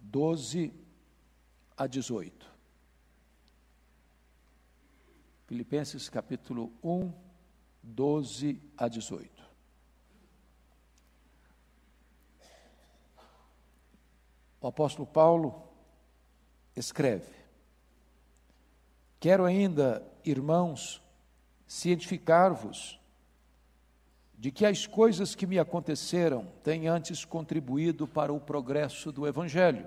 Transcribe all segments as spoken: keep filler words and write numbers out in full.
doze a dezoito. Filipenses capítulo um, doze a dezoito. O apóstolo Paulo escreve: quero ainda, irmãos, cientificar-vos de que as coisas que me aconteceram têm antes contribuído para o progresso do Evangelho,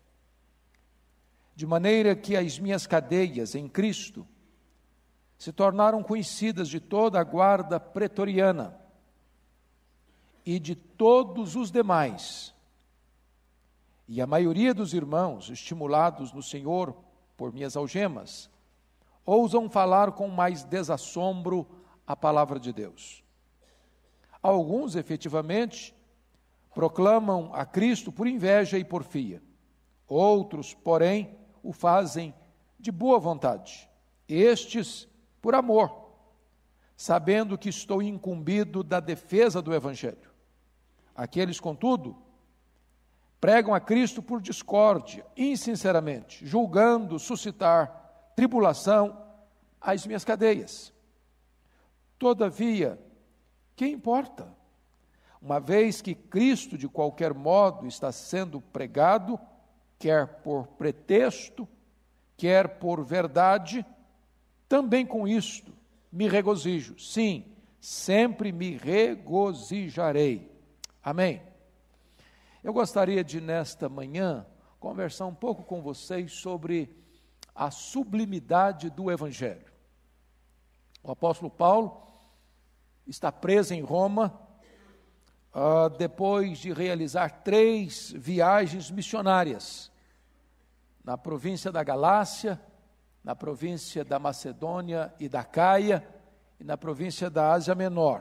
de maneira que as minhas cadeias em Cristo se tornaram conhecidas de toda a guarda pretoriana e de todos os demais. E a maioria dos irmãos, estimulados no Senhor por minhas algemas, ousam falar com mais desassombro a palavra de Deus. Alguns, efetivamente, proclamam a Cristo por inveja e porfia. Outros, porém, o fazem de boa vontade. Estes, por amor, sabendo que estou incumbido da defesa do Evangelho. Aqueles, contudo, pregam a Cristo por discórdia, insinceramente, julgando suscitar tribulação às minhas cadeias. Todavia, que importa? Uma vez que Cristo, de qualquer modo, está sendo pregado, quer por pretexto, quer por verdade, também com isto me regozijo. Sim, sempre me regozijarei. Amém. Eu gostaria de, nesta manhã, conversar um pouco com vocês sobre a sublimidade do Evangelho. O apóstolo Paulo está preso em Roma, uh, depois de realizar três viagens missionárias, na província da Galácia, na província da Macedônia e da Caia, e na província da Ásia Menor.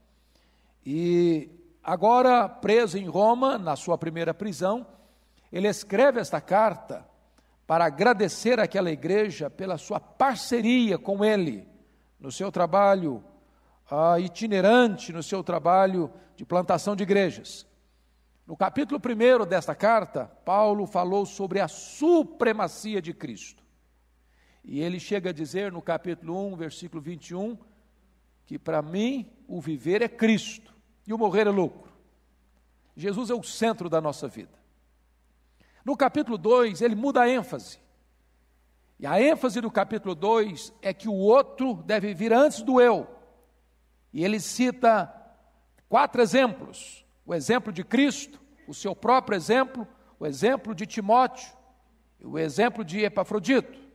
E agora, preso em Roma, na sua primeira prisão, ele escreve esta carta para agradecer àquela igreja pela sua parceria com ele, no seu trabalho uh, itinerante, no seu trabalho de plantação de igrejas. No capítulo primeiro desta carta, Paulo falou sobre a supremacia de Cristo. E ele chega a dizer no capítulo um, versículo vinte e um, que para mim o viver é Cristo e o morrer é lucro. Jesus é o centro da nossa vida. No capítulo dois, ele muda a ênfase. E a ênfase do capítulo dois é que o outro deve vir antes do eu. E ele cita quatro exemplos. O exemplo de Cristo, o seu próprio exemplo, o exemplo de Timóteo, e o exemplo de Epafrodito.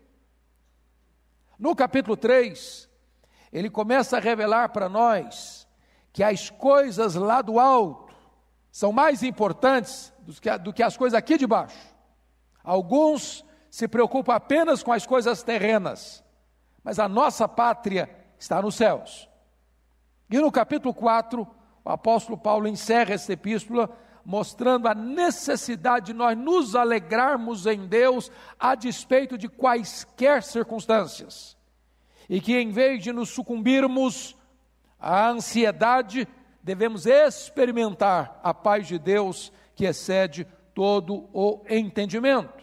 No capítulo três, ele começa a revelar para nós que as coisas lá do alto são mais importantes do que, do que as coisas aqui de baixo. Alguns se preocupam apenas com as coisas terrenas, mas a nossa pátria está nos céus. E no capítulo quatro, o apóstolo Paulo encerra essa epístola mostrando a necessidade de nós nos alegrarmos em Deus a despeito de quaisquer circunstâncias. E que em vez de nos sucumbirmos à ansiedade, devemos experimentar a paz de Deus que excede todo o entendimento.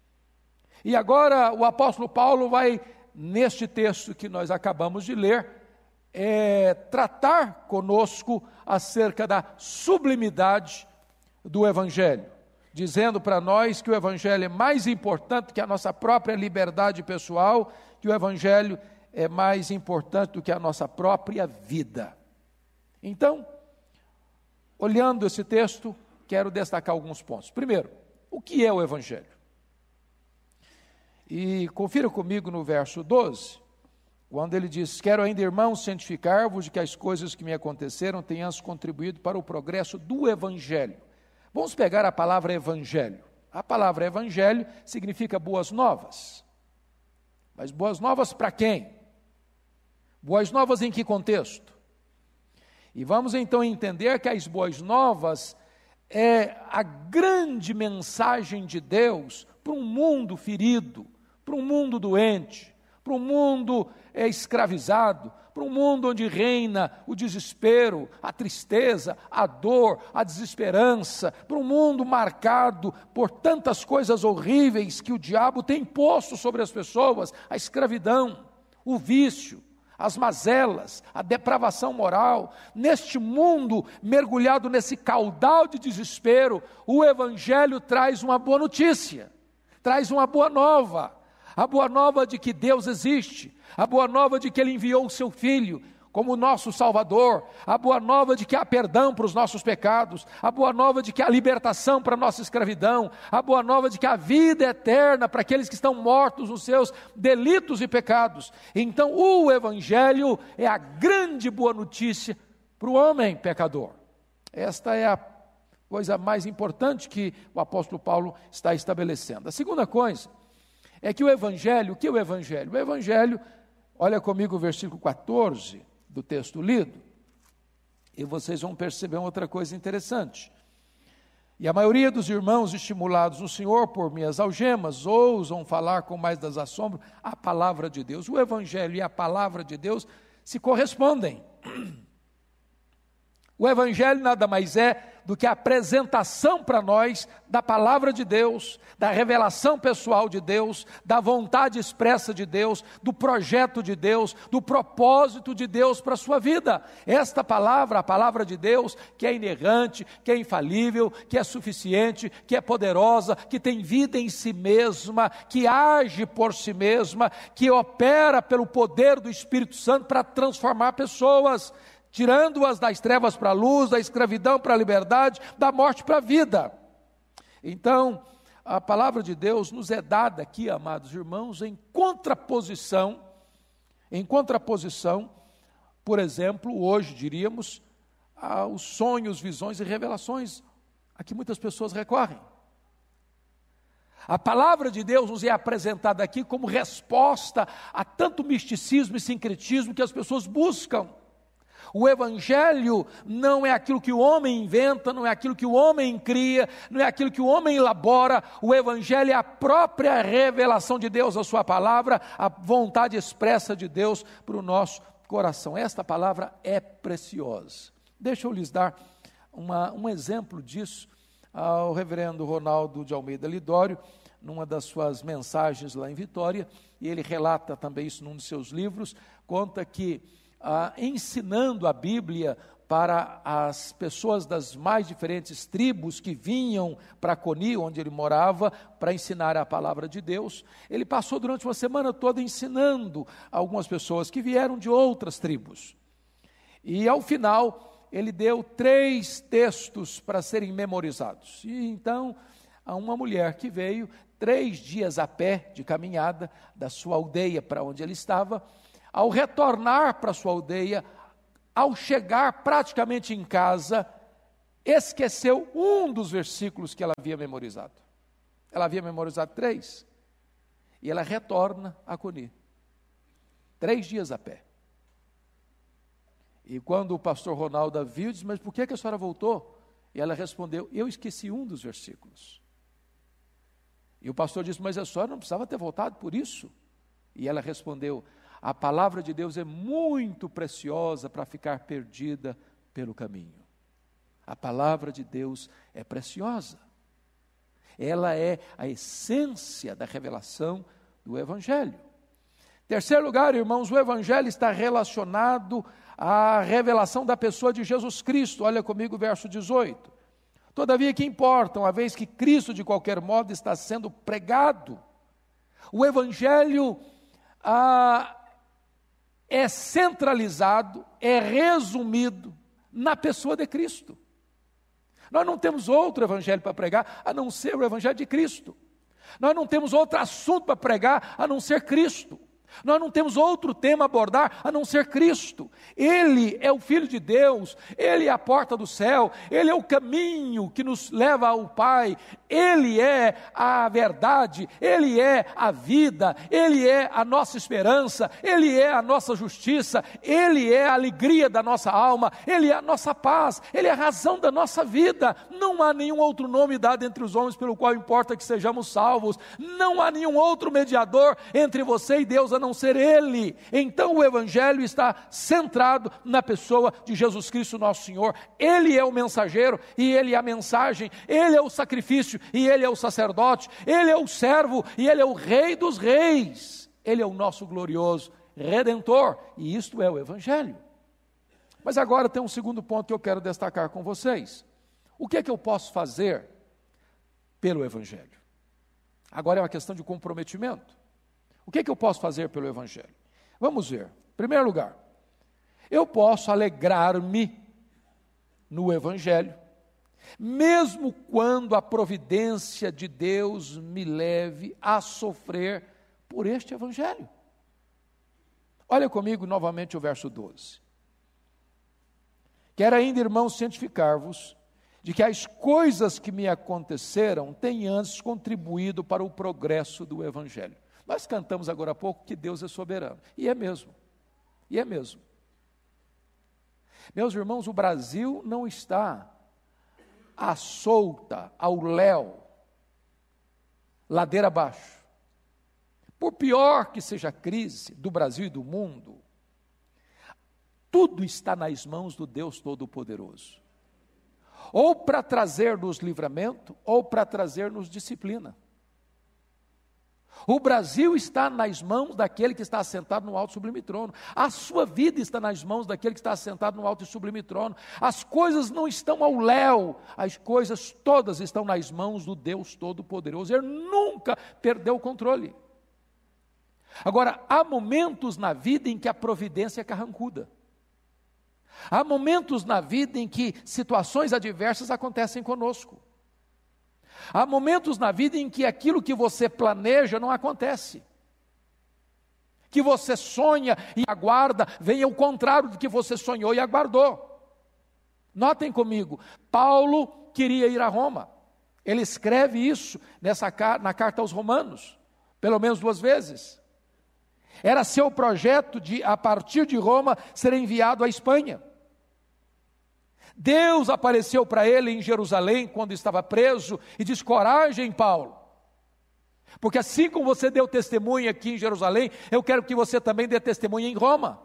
E agora o apóstolo Paulo vai, neste texto que nós acabamos de ler, é, tratar conosco acerca da sublimidade do Evangelho, dizendo para nós que o Evangelho é mais importante que a nossa própria liberdade pessoal, que o Evangelho é mais importante do que a nossa própria vida. Então, olhando esse texto, quero destacar alguns pontos. Primeiro, o que é o Evangelho? E confira comigo no verso doze, quando ele diz: quero ainda, irmãos, cientificar-vos de que as coisas que me aconteceram tenham contribuído para o progresso do Evangelho. Vamos pegar a palavra Evangelho. A palavra Evangelho significa boas novas. Mas boas novas para quem? Boas novas em que contexto? E vamos então entender que as boas novas é a grande mensagem de Deus para um mundo ferido, para um mundo doente, para um mundo é, escravizado, para um mundo onde reina o desespero, a tristeza, a dor, a desesperança, para um mundo marcado por tantas coisas horríveis que o diabo tem posto sobre as pessoas, a escravidão, o vício, as mazelas, a depravação moral. Neste mundo mergulhado nesse caudal de desespero, o Evangelho traz uma boa notícia, traz uma boa nova, a boa nova de que Deus existe, a boa nova de que Ele enviou o Seu Filho como nosso Salvador, a boa nova de que há perdão para os nossos pecados, a boa nova de que há libertação para a nossa escravidão, a boa nova de que há vida eterna para aqueles que estão mortos nos seus delitos e pecados. Então o Evangelho é a grande boa notícia para o homem pecador. Esta é a coisa mais importante que o apóstolo Paulo está estabelecendo. A segunda coisa é que o Evangelho, o que é o Evangelho? O Evangelho, olha comigo o versículo quatorze, do texto lido, e vocês vão perceber outra coisa interessante. E a maioria dos irmãos estimulados no Senhor por minhas algemas, ousam falar com mais desassombro a palavra de Deus. O Evangelho e a palavra de Deus se correspondem. O Evangelho nada mais é do que a apresentação para nós da palavra de Deus, da revelação pessoal de Deus, da vontade expressa de Deus, do projeto de Deus, do propósito de Deus para a sua vida. Esta palavra, a palavra de Deus, que é inerrante, que é infalível, que é suficiente, que é poderosa, que tem vida em si mesma, que age por si mesma, que opera pelo poder do Espírito Santo para transformar pessoas, tirando-as das trevas para a luz, da escravidão para a liberdade, da morte para a vida. Então, a palavra de Deus nos é dada aqui, amados irmãos, em contraposição, em contraposição, por exemplo, hoje diríamos, aos sonhos, visões e revelações a que muitas pessoas recorrem. A palavra de Deus nos é apresentada aqui como resposta a tanto misticismo e sincretismo que as pessoas buscam. O Evangelho não é aquilo que o homem inventa, não é aquilo que o homem cria, não é aquilo que o homem elabora. O Evangelho é a própria revelação de Deus, a sua palavra, a vontade expressa de Deus para o nosso coração. Esta palavra é preciosa. Deixa eu lhes dar uma, um exemplo disso ao reverendo Ronaldo de Almeida Lidório, numa das suas mensagens lá em Vitória, e ele relata também isso num de seus livros, conta que Ah, ensinando a Bíblia para as pessoas das mais diferentes tribos que vinham para Coni, onde ele morava, para ensinar a palavra de Deus. Ele passou durante uma semana toda ensinando a algumas pessoas que vieram de outras tribos. E ao final, ele deu três textos para serem memorizados. E então, a uma mulher que veio três dias a pé de caminhada da sua aldeia para onde ele estava, ao retornar para sua aldeia, ao chegar praticamente em casa, esqueceu um dos versículos que ela havia memorizado. Ela havia memorizado três, e ela retorna a Coni, três dias a pé. E quando o pastor Ronaldo a viu, disse: mas por que que a senhora voltou? E ela respondeu: eu esqueci um dos versículos. E o pastor disse: mas a senhora não precisava ter voltado por isso? E ela respondeu: a palavra de Deus é muito preciosa para ficar perdida pelo caminho. A palavra de Deus é preciosa. Ela é a essência da revelação do Evangelho. Terceiro lugar, irmãos, o Evangelho está relacionado à revelação da pessoa de Jesus Cristo. Olha comigo o verso dezoito. Todavia, que importa, uma vez que Cristo, de qualquer modo, está sendo pregado. O Evangelho ah, é centralizado, é resumido na pessoa de Cristo. Nós não temos outro evangelho para pregar, a não ser o evangelho de Cristo. Nós não temos outro assunto para pregar, a não ser Cristo. Nós não temos outro tema a abordar, a não ser Cristo. Ele é o Filho de Deus, Ele é a porta do céu, Ele é o caminho que nos leva ao Pai, Ele é a verdade, Ele é a vida, Ele é a nossa esperança, Ele é a nossa justiça, Ele é a alegria da nossa alma, Ele é a nossa paz, Ele é a razão da nossa vida. Não há nenhum outro nome dado entre os homens pelo qual importa que sejamos salvos. Não há nenhum outro mediador entre você e Deus, a não ser Ele. Então o Evangelho está centrado na pessoa de Jesus Cristo nosso Senhor. Ele é o mensageiro e Ele é a mensagem, Ele é o sacrifício e Ele é o sacerdote, Ele é o servo e Ele é o Rei dos reis. Ele é o nosso glorioso Redentor, e isto é o Evangelho. Mas agora tem um segundo ponto que eu quero destacar com vocês. O que é que eu posso fazer pelo Evangelho? Agora é uma questão de comprometimento. O que é que eu posso fazer pelo Evangelho? Vamos ver. Em primeiro lugar, eu posso alegrar-me no Evangelho, mesmo quando a providência de Deus me leve a sofrer por este Evangelho. Olha comigo novamente o verso doze. Quero ainda, irmãos, cientificar-vos de que as coisas que me aconteceram têm antes contribuído para o progresso do Evangelho. Nós cantamos agora há pouco que Deus é soberano, e é mesmo, e é mesmo. Meus irmãos, o Brasil não está à solta, ao léu, ladeira abaixo. Por pior que seja a crise do Brasil e do mundo, tudo está nas mãos do Deus Todo-Poderoso. Ou para trazer-nos livramento, ou para trazer-nos disciplina. O Brasil está nas mãos daquele que está assentado no alto e sublime trono. A sua vida está nas mãos daquele que está assentado no alto e sublime trono. As coisas não estão ao léu, as coisas todas estão nas mãos do Deus Todo-Poderoso. Ele nunca perdeu o controle. Agora, há momentos na vida em que a providência é carrancuda. Há momentos na vida em que situações adversas acontecem conosco. Há momentos na vida em que aquilo que você planeja não acontece. Que você sonha e aguarda, vem ao contrário do que você sonhou e aguardou. Notem comigo, Paulo queria ir a Roma. Ele escreve isso nessa, na carta aos Romanos, pelo menos duas vezes. Era seu projeto de, a partir de Roma, ser enviado à Espanha. Deus apareceu para ele em Jerusalém, quando estava preso, e disse: coragem, Paulo, porque assim como você deu testemunho aqui em Jerusalém, eu quero que você também dê testemunho em Roma.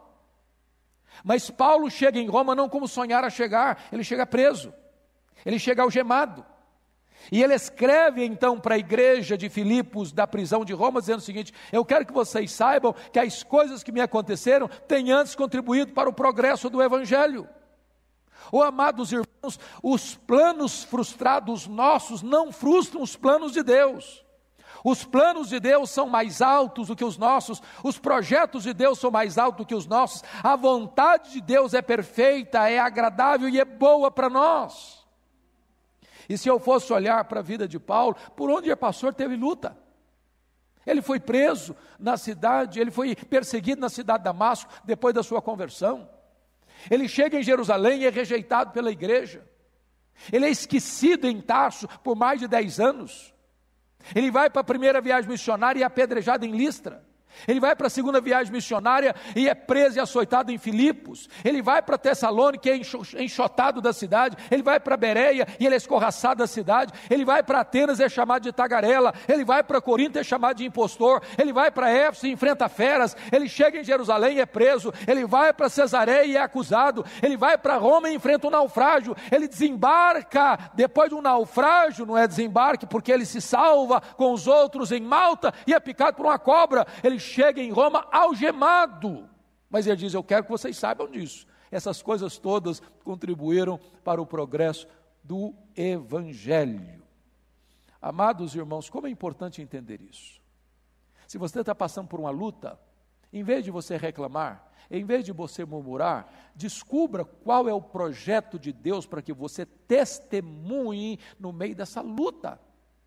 Mas Paulo chega em Roma não como sonhara chegar, ele chega preso, ele chega algemado. E ele escreve então para a igreja de Filipos, da prisão de Roma, dizendo o seguinte: eu quero que vocês saibam que as coisas que me aconteceram têm antes contribuído para o progresso do Evangelho. Oh, amados irmãos, os planos frustrados nossos não frustram os planos de Deus. Os planos de Deus são mais altos do que os nossos, os projetos de Deus são mais altos do que os nossos, a vontade de Deus é perfeita, é agradável e é boa para nós. E se eu fosse olhar para a vida de Paulo, por onde ele passou teve luta. Ele foi preso na cidade, ele foi perseguido na cidade de Damasco, depois da sua conversão. Ele chega em Jerusalém e é rejeitado pela igreja. Ele é esquecido em Tarso por mais de dez anos. Ele vai para a primeira viagem missionária e é apedrejado em Listra. Ele vai para a segunda viagem missionária e é preso e açoitado em Filipos. Ele vai para Tessalônica e é enxotado da cidade. Ele vai para Bereia e ele é escorraçado da cidade. Ele vai para Atenas e é chamado de tagarela. Ele vai para Corinto e é chamado de impostor. Ele vai para Éfeso e enfrenta feras. Ele chega em Jerusalém e é preso. Ele vai para Cesareia e é acusado. Ele vai para Roma e enfrenta um naufrágio. Ele desembarca depois de um naufrágio, não é desembarque, porque ele se salva com os outros em Malta e é picado por uma cobra. Ele chega em Roma algemado, mas ele diz: eu quero que vocês saibam disso. Essas coisas todas contribuíram para o progresso do Evangelho. Amados irmãos, como é importante entender isso. Se você está passando por uma luta, em vez de você reclamar, em vez de você murmurar, descubra qual é o projeto de Deus para que você testemunhe no meio dessa luta.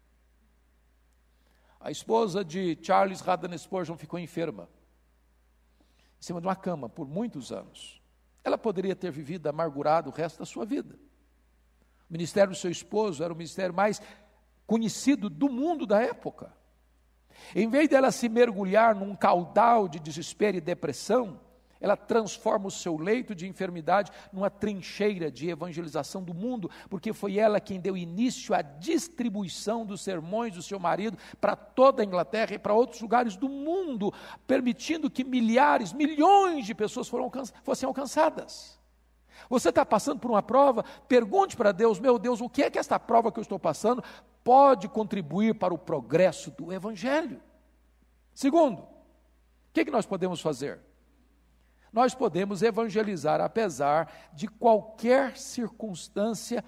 A esposa de Charles Haddon Spurgeon ficou enferma, em cima de uma cama, por muitos anos. Ela poderia ter vivido amargurado o resto da sua vida. O ministério do seu esposo era o ministério mais conhecido do mundo da época. Em vez dela se mergulhar num caudal de desespero e depressão, ela transforma o seu leito de enfermidade numa trincheira de evangelização do mundo, porque foi ela quem deu início à distribuição dos sermões do seu marido para toda a Inglaterra e para outros lugares do mundo, permitindo que milhares, milhões de pessoas foram, fossem alcançadas. Você está passando por uma prova, pergunte para Deus: meu Deus, o que é que esta prova que eu estou passando pode contribuir para o progresso do Evangelho? Segundo, o que é que nós podemos fazer? Nós podemos evangelizar apesar de qualquer circunstância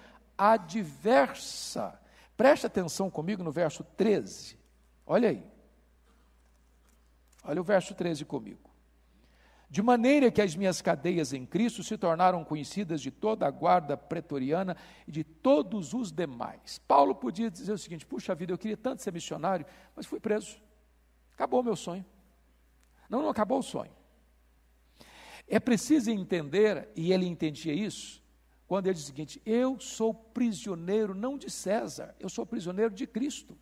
adversa. Preste atenção comigo no verso treze. Olha aí. Olha o verso treze comigo. De maneira que as minhas cadeias em Cristo se tornaram conhecidas de toda a guarda pretoriana e de todos os demais. Paulo podia dizer o seguinte: puxa vida, eu queria tanto ser missionário, mas fui preso. Acabou o meu sonho. Não, não acabou o sonho. É preciso entender, e ele entendia isso, quando ele diz o seguinte: eu sou prisioneiro não de César, eu sou prisioneiro de Cristo.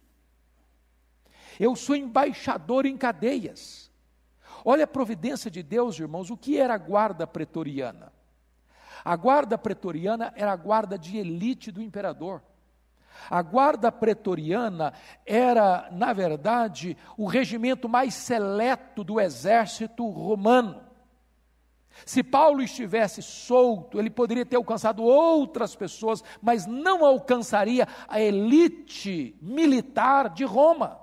Eu sou embaixador em cadeias. Olha a providência de Deus, irmãos. O que era a guarda pretoriana? A guarda pretoriana era a guarda de elite do imperador. A guarda pretoriana era, na verdade, o regimento mais seleto do exército romano. Se Paulo estivesse solto, ele poderia ter alcançado outras pessoas, mas não alcançaria a elite militar de Roma.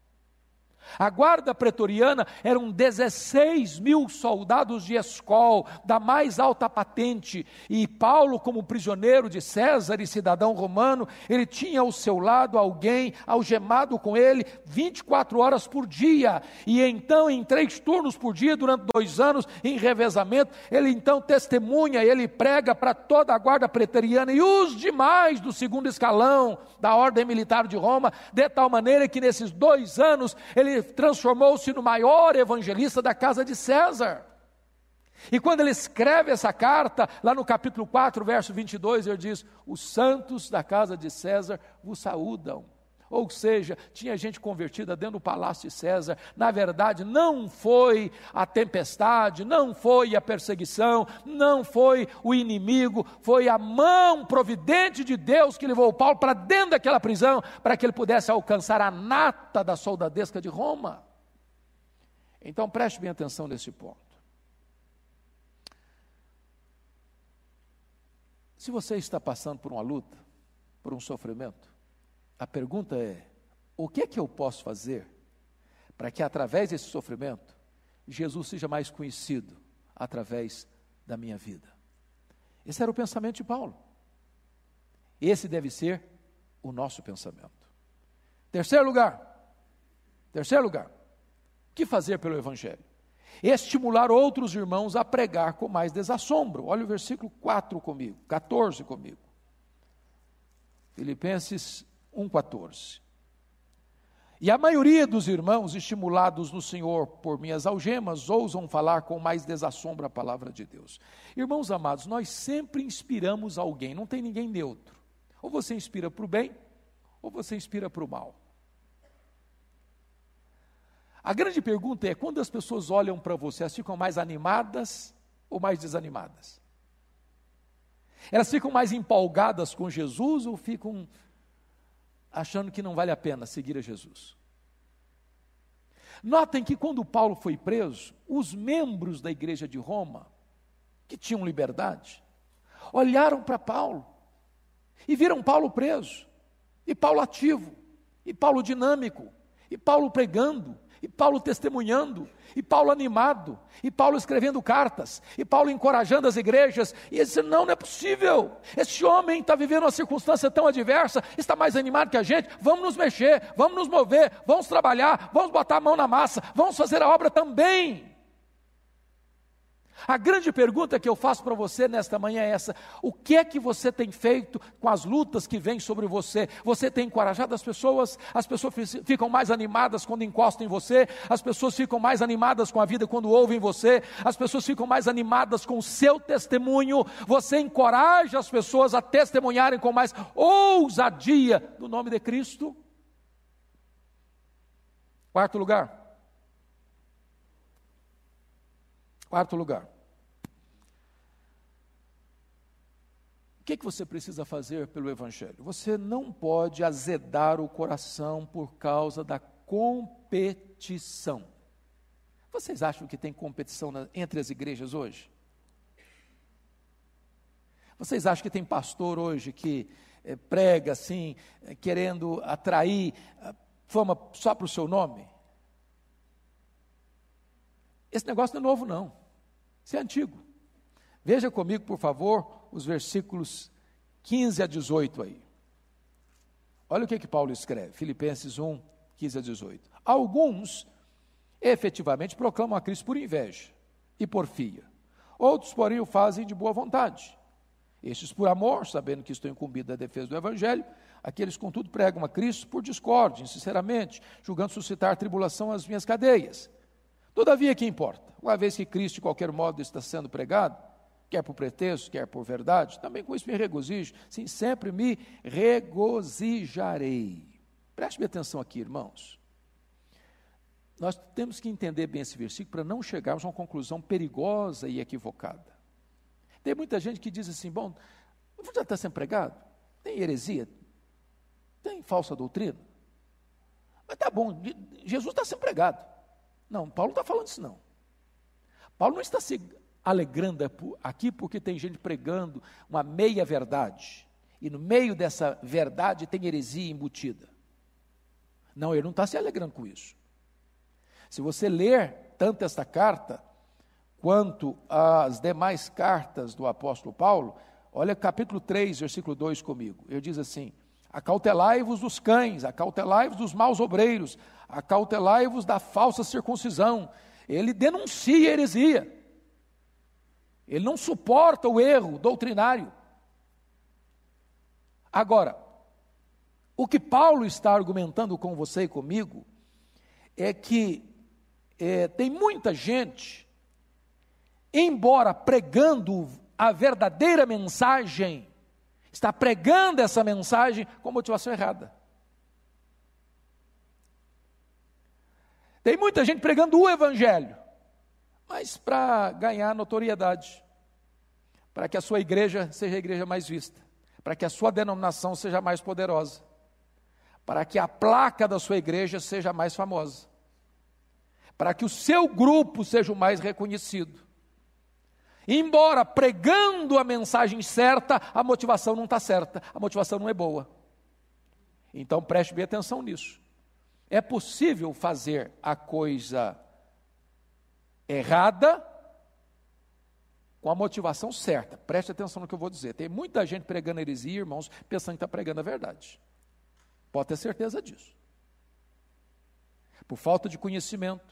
A guarda pretoriana eram dezesseis mil soldados de escol, da mais alta patente, e Paulo, como prisioneiro de César e cidadão romano, ele tinha ao seu lado alguém algemado com ele vinte e quatro horas por dia, e então em três turnos por dia, durante dois anos, em revezamento, ele então testemunha, ele prega para toda a guarda pretoriana e os demais do segundo escalão da ordem militar de Roma, de tal maneira que nesses dois anos, ele transformou-se no maior evangelista da casa de César. E quando ele escreve essa carta, lá no capítulo quatro, verso vinte e dois, ele diz: os santos da casa de César vos saúdam. Ou seja, tinha gente convertida dentro do palácio de César. Na verdade, não foi a tempestade, não foi a perseguição, não foi o inimigo, foi a mão providente de Deus que levou Paulo para dentro daquela prisão, para que ele pudesse alcançar a nata da soldadesca de Roma. Então preste bem atenção nesse ponto. Se você está passando por uma luta, por um sofrimento, a pergunta é: o que é que eu posso fazer para que através desse sofrimento, Jesus seja mais conhecido através da minha vida? Esse era o pensamento de Paulo. Esse deve ser o nosso pensamento. Terceiro lugar, terceiro lugar, o que fazer pelo Evangelho? Estimular outros irmãos a pregar com mais desassombro. Olha o versículo quatro comigo, quatorze comigo. Filipenses um, quatorze. E a maioria dos irmãos, estimulados no Senhor por minhas algemas, ousam falar com mais desassombro a palavra de Deus. Irmãos amados, nós sempre inspiramos alguém, não tem ninguém neutro. Ou você inspira para o bem, ou você inspira para o mal. A grande pergunta é: quando as pessoas olham para você, elas ficam mais animadas ou mais desanimadas? Elas ficam mais empolgadas com Jesus ou ficam achando que não vale a pena seguir a Jesus? Notem que quando Paulo foi preso, os membros da igreja de Roma, que tinham liberdade, olharam para Paulo e viram Paulo preso, e Paulo ativo, e Paulo dinâmico, e Paulo pregando, e Paulo testemunhando, e Paulo animado, e Paulo escrevendo cartas, e Paulo encorajando as igrejas, e ele disse: não, não é possível, esse homem está vivendo uma circunstância tão adversa, está mais animado que a gente, vamos nos mexer, vamos nos mover, vamos trabalhar, vamos botar a mão na massa, vamos fazer a obra também. A grande pergunta que eu faço para você nesta manhã é essa: o que é que você tem feito com as lutas que vêm sobre você? Você tem encorajado as pessoas? As pessoas ficam mais animadas quando encostam em você? As pessoas ficam mais animadas com a vida quando ouvem você? As pessoas ficam mais animadas com o seu testemunho? Você encoraja as pessoas a testemunharem com mais ousadia no nome de Cristo? Quarto lugar. Quarto lugar, que, que você precisa fazer pelo Evangelho? Você não pode azedar o coração por causa da competição. Vocês acham que tem competição na, entre as igrejas hoje? Vocês acham que tem pastor hoje que é, prega assim, é, querendo atrair é, fama só para o seu nome? Esse negócio não é novo, não. Isso é antigo. Veja comigo, por favor, os versículos quinze a dezoito aí. Olha o que, que Paulo escreve, Filipenses um, quinze a dezoito. Alguns, efetivamente, proclamam a Cristo por inveja e porfia. Outros, porém, o fazem de boa vontade. Estes por amor, sabendo que estou incumbido da defesa do Evangelho. Aqueles, contudo, pregam a Cristo por discórdia, insinceramente, julgando suscitar tribulação às minhas cadeias. Todavia, que importa? Uma vez que Cristo, de qualquer modo, está sendo pregado, quer por pretexto, quer por verdade, também com isso me regozijo, sim, sempre me regozijarei. Preste atenção aqui, irmãos. Nós temos que entender bem esse versículo para não chegarmos a uma conclusão perigosa e equivocada. Tem muita gente que diz assim, bom, já está sendo pregado? Tem heresia? Tem falsa doutrina? Mas tá bom, Jesus está sendo pregado. Não, Paulo não está falando isso não. Paulo não está se alegrando aqui porque tem gente pregando uma meia verdade, e no meio dessa verdade tem heresia embutida. Não, ele não está se alegrando com isso. Se você ler tanto esta carta, quanto as demais cartas do apóstolo Paulo, olha capítulo três, versículo dois comigo, ele diz assim, acautelai-vos dos cães, acautelai-vos dos maus obreiros, acautelai-vos da falsa circuncisão. Ele denuncia a heresia. Ele não suporta o erro doutrinário. Agora, o que Paulo está argumentando com você e comigo é que é, tem muita gente, embora pregando a verdadeira mensagem, está pregando essa mensagem com motivação errada. Tem muita gente pregando o Evangelho, mas para ganhar notoriedade, para que a sua igreja seja a igreja mais vista, para que a sua denominação seja mais poderosa, para que a placa da sua igreja seja mais famosa, para que o seu grupo seja o mais reconhecido. Embora pregando a mensagem certa, a motivação não está certa, a motivação não é boa. Então preste bem atenção nisso. É possível fazer a coisa errada com a motivação certa. Preste atenção no que eu vou dizer. Tem muita gente pregando heresia, irmãos, pensando que está pregando a verdade. Pode ter certeza disso. Por falta de conhecimento.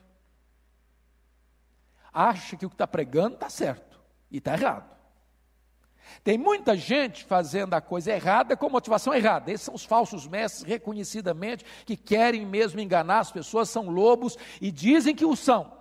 Acha que o que está pregando está certo e está errado. Tem muita gente fazendo a coisa errada com motivação errada. Esses são os falsos mestres, reconhecidamente, que querem mesmo enganar as pessoas, são lobos e dizem que o são.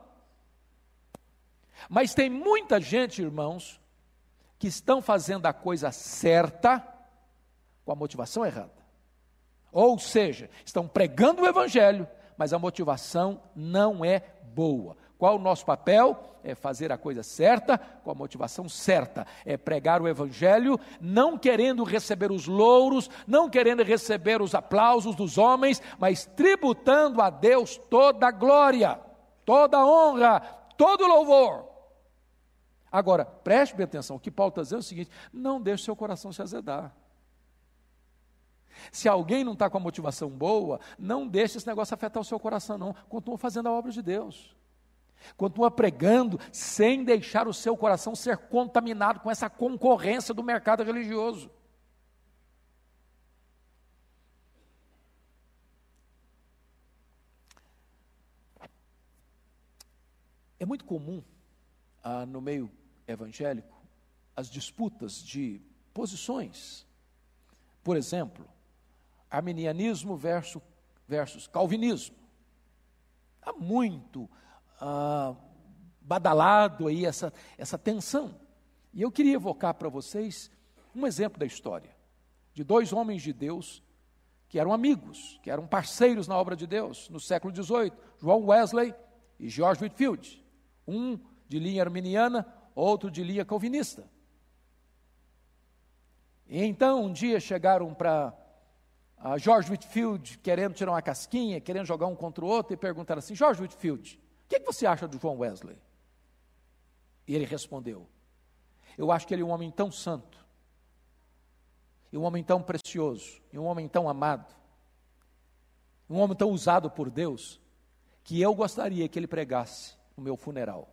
Mas tem muita gente, irmãos, que estão fazendo a coisa certa com a motivação errada. Ou seja, estão pregando o Evangelho, mas a motivação não é boa. Qual o nosso papel? É fazer a coisa certa, com a motivação certa. É pregar o Evangelho, não querendo receber os louros, não querendo receber os aplausos dos homens, mas tributando a Deus toda a glória, toda a honra, todo o louvor. Agora, preste bem atenção, o que Paulo está dizendo é o seguinte, não deixe seu coração se azedar. Se alguém não está com a motivação boa, não deixe esse negócio afetar o seu coração não, continua fazendo a obra de Deus. Continua pregando sem deixar o seu coração ser contaminado com essa concorrência do mercado religioso. É muito comum ah, no meio evangélico as disputas de posições. Por exemplo, arminianismo versus, versus calvinismo. Há muito Ah, badalado aí essa, essa tensão. E eu queria evocar para vocês um exemplo da história, de dois homens de Deus, que eram amigos, que eram parceiros na obra de Deus, no século dezoito, John Wesley e George Whitefield, um de linha arminiana, outro de linha calvinista. E então um dia chegaram para a George Whitefield, querendo tirar uma casquinha, querendo jogar um contra o outro, e perguntaram assim: George Whitefield, o que, que você acha do John Wesley? E ele respondeu: eu acho que ele é um homem tão santo, e um homem tão precioso, e um homem tão amado, um homem tão usado por Deus, que eu gostaria que ele pregasse no meu funeral.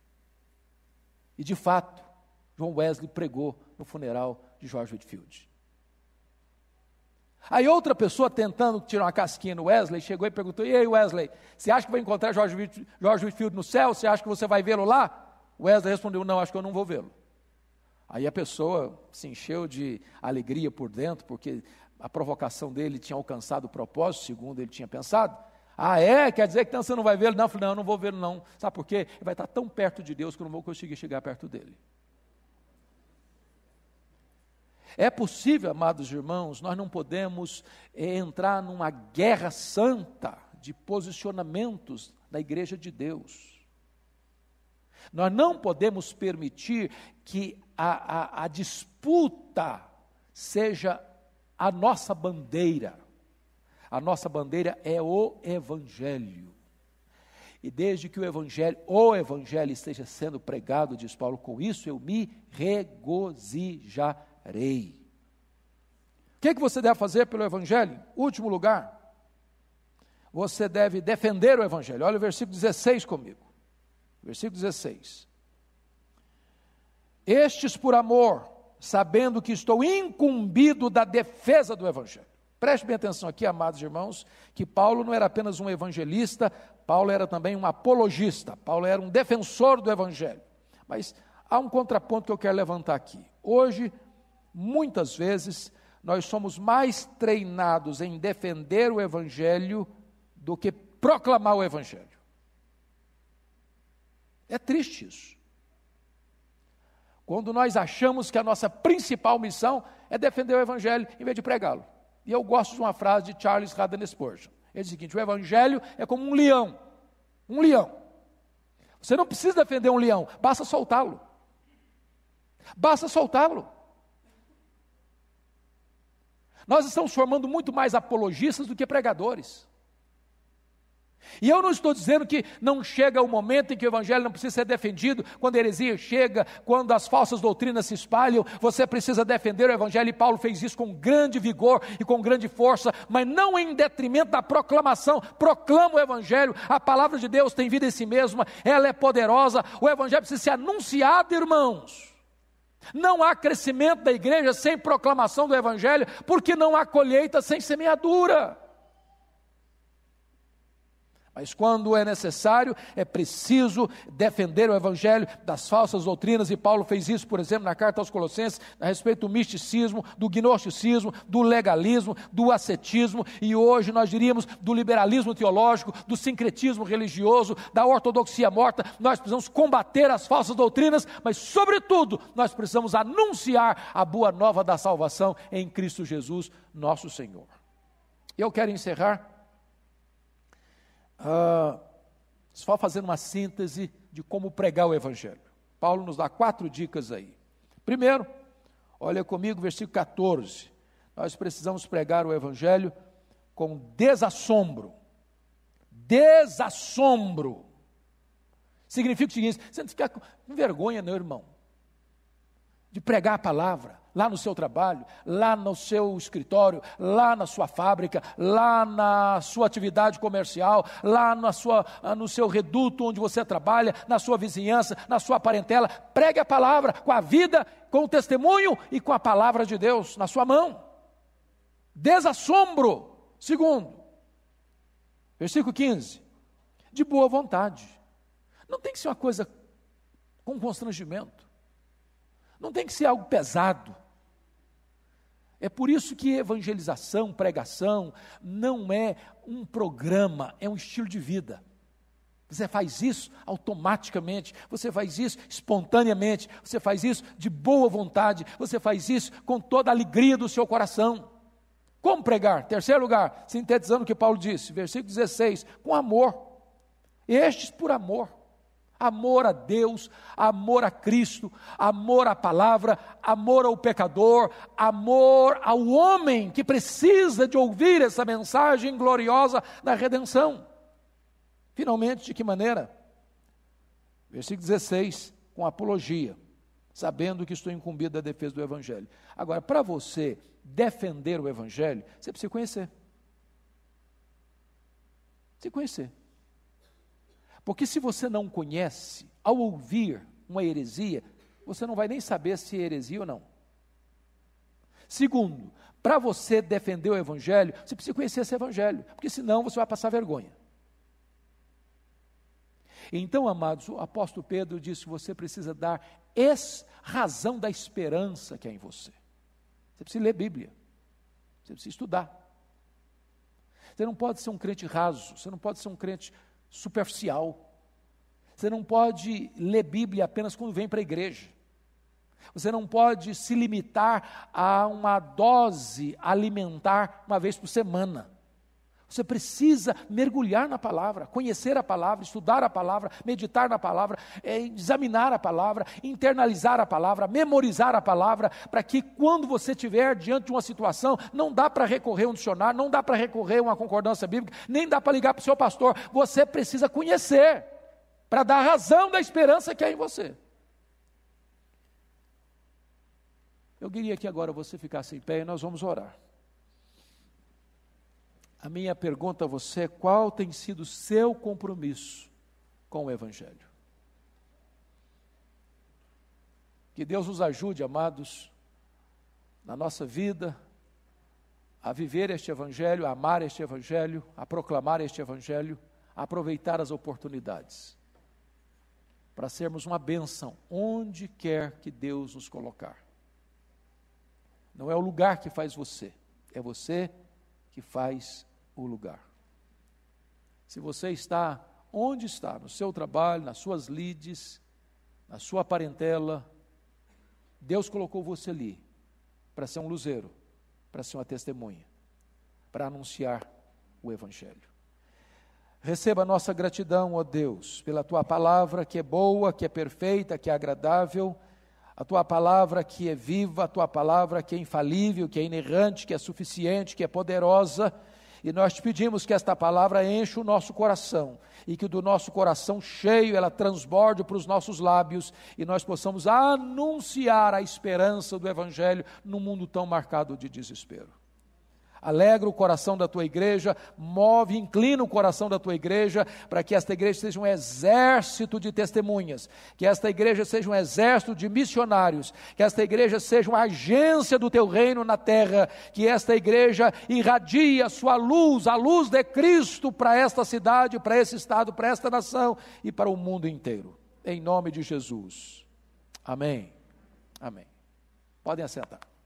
E de fato, John Wesley pregou no funeral de George Whitefield. Aí outra pessoa, tentando tirar uma casquinha no Wesley, chegou e perguntou: e aí, Wesley, você acha que vai encontrar George Whitefield, George Whitefield no céu? Você acha que você vai vê-lo lá? Wesley respondeu: não, acho que eu não vou vê-lo. Aí a pessoa se encheu de alegria por dentro, porque a provocação dele tinha alcançado o propósito, segundo ele tinha pensado. Ah, é? Quer dizer que então você não vai vê-lo? Não, eu falei: não, eu não vou vê-lo não. Sabe por quê? Ele vai estar tão perto de Deus que eu não vou conseguir chegar perto dele. É possível, amados irmãos, nós não podemos é, entrar numa guerra santa de posicionamentos da igreja de Deus. Nós não podemos permitir que a, a, a disputa seja a nossa bandeira. A nossa bandeira é o Evangelho. E desde que o Evangelho, o Evangelho esteja sendo pregado, diz Paulo, com isso eu me regozijarei. O que, que você deve fazer pelo Evangelho? Último lugar, você deve defender o Evangelho. Olha o versículo dezesseis comigo. Versículo dezesseis. Estes por amor, sabendo que estou incumbido da defesa do Evangelho. Preste bem atenção aqui, amados irmãos, que Paulo não era apenas um evangelista, Paulo era também um apologista, Paulo era um defensor do Evangelho. Mas há um contraponto que eu quero levantar aqui. Hoje, muitas vezes, nós somos mais treinados em defender o Evangelho do que proclamar o Evangelho. É triste isso. Quando nós achamos que a nossa principal missão é defender o Evangelho em vez de pregá-lo. E eu gosto de uma frase de Charles Haddon Spurgeon. Ele diz o seguinte: o Evangelho é como um leão. Um leão. Você não precisa defender um leão, basta soltá-lo. Basta soltá-lo. Nós estamos formando muito mais apologistas do que pregadores. E eu não estou dizendo que não chega o momento em que o Evangelho não precisa ser defendido, quando a heresia chega, quando as falsas doutrinas se espalham, você precisa defender o Evangelho, e Paulo fez isso com grande vigor e com grande força, mas não em detrimento da proclamação. Proclama o Evangelho, a palavra de Deus tem vida em si mesma, ela é poderosa, o Evangelho precisa ser anunciado, irmãos. Não há crescimento da igreja sem proclamação do Evangelho, porque não há colheita sem semeadura. Mas quando é necessário, é preciso defender o Evangelho das falsas doutrinas, e Paulo fez isso, por exemplo, na carta aos Colossenses, a respeito do misticismo, do gnosticismo, do legalismo, do ascetismo, e hoje nós diríamos do liberalismo teológico, do sincretismo religioso, da ortodoxia morta. Nós precisamos combater as falsas doutrinas, mas sobretudo, nós precisamos anunciar a boa nova da salvação em Cristo Jesus, nosso Senhor. Eu quero encerrar Uh, só fazendo uma síntese de como pregar o Evangelho. Paulo nos dá quatro dicas aí. Primeiro, olha comigo, versículo catorze. Nós precisamos pregar o Evangelho com desassombro. Desassombro. Significa o seguinte: você não fica com vergonha, não, irmão, de pregar a palavra, lá no seu trabalho, lá no seu escritório, lá na sua fábrica, lá na sua atividade comercial, lá na sua, no seu reduto onde você trabalha, na sua vizinhança, na sua parentela. Pregue a palavra com a vida, com o testemunho e com a palavra de Deus na sua mão. Desassombro. Segundo, versículo quinze, de boa vontade. Não tem que ser uma coisa com constrangimento. Não tem que ser algo pesado. É por isso que evangelização, pregação, não é um programa, é um estilo de vida. Você faz isso automaticamente, você faz isso espontaneamente, você faz isso de boa vontade, você faz isso com toda a alegria do seu coração. Como pregar? Terceiro lugar, sintetizando o que Paulo disse, versículo dezesseis, com amor. Estes por amor. Amor a Deus, amor a Cristo, amor à palavra, amor ao pecador, amor ao homem que precisa de ouvir essa mensagem gloriosa da redenção. Finalmente, de que maneira? Versículo dezesseis, com apologia, sabendo que estou incumbido da defesa do Evangelho. Agora, para você defender o Evangelho, você precisa conhecer. Precisa conhecer. Porque se você não conhece, ao ouvir uma heresia, você não vai nem saber se é heresia ou não. Segundo, para você defender o Evangelho, você precisa conhecer esse Evangelho, porque senão você vai passar vergonha. Então, amados, o apóstolo Pedro disse que você precisa dar ex razão da esperança que há em você. Você precisa ler Bíblia, você precisa estudar. Você não pode ser um crente raso, você não pode ser um crente superficial. Você não pode ler Bíblia apenas quando vem para a igreja. Você não pode se limitar a uma dose alimentar uma vez por semana. Você precisa mergulhar na palavra, conhecer a palavra, estudar a palavra, meditar na palavra, é, examinar a palavra, internalizar a palavra, memorizar a palavra, para que quando você estiver diante de uma situação, não dá para recorrer a um dicionário, não dá para recorrer a uma concordância bíblica, nem dá para ligar para o seu pastor, você precisa conhecer, para dar razão da esperança que há em você. Eu queria que agora você ficasse em pé e nós vamos orar. A minha pergunta a você é: qual tem sido o seu compromisso com o Evangelho? Que Deus nos ajude, amados, na nossa vida, a viver este Evangelho, a amar este Evangelho, a proclamar este Evangelho, a aproveitar as oportunidades, para sermos uma bênção, onde quer que Deus nos colocar. Não é o lugar que faz você, é você que faz o lugar. Se você está onde está, no seu trabalho, nas suas lides, na sua parentela, Deus colocou você ali para ser um luzeiro, para ser uma testemunha, para anunciar o Evangelho. Receba a nossa gratidão, ó Deus, pela Tua palavra que é boa, que é perfeita, que é agradável, a Tua palavra que é viva, a Tua palavra que é infalível, que é inerrante, que é suficiente, que é poderosa, e nós te pedimos que esta palavra enche o nosso coração, e que do nosso coração cheio ela transborde para os nossos lábios, e nós possamos anunciar a esperança do Evangelho num mundo tão marcado de desespero. Alegra o coração da tua igreja, move, inclina o coração da tua igreja, para que esta igreja seja um exército de testemunhas, que esta igreja seja um exército de missionários, que esta igreja seja uma agência do teu reino na terra, que esta igreja irradie a sua luz, a luz de Cristo para esta cidade, para esse estado, para esta nação e para o mundo inteiro. Em nome de Jesus. Amém. Amém. Podem assentar.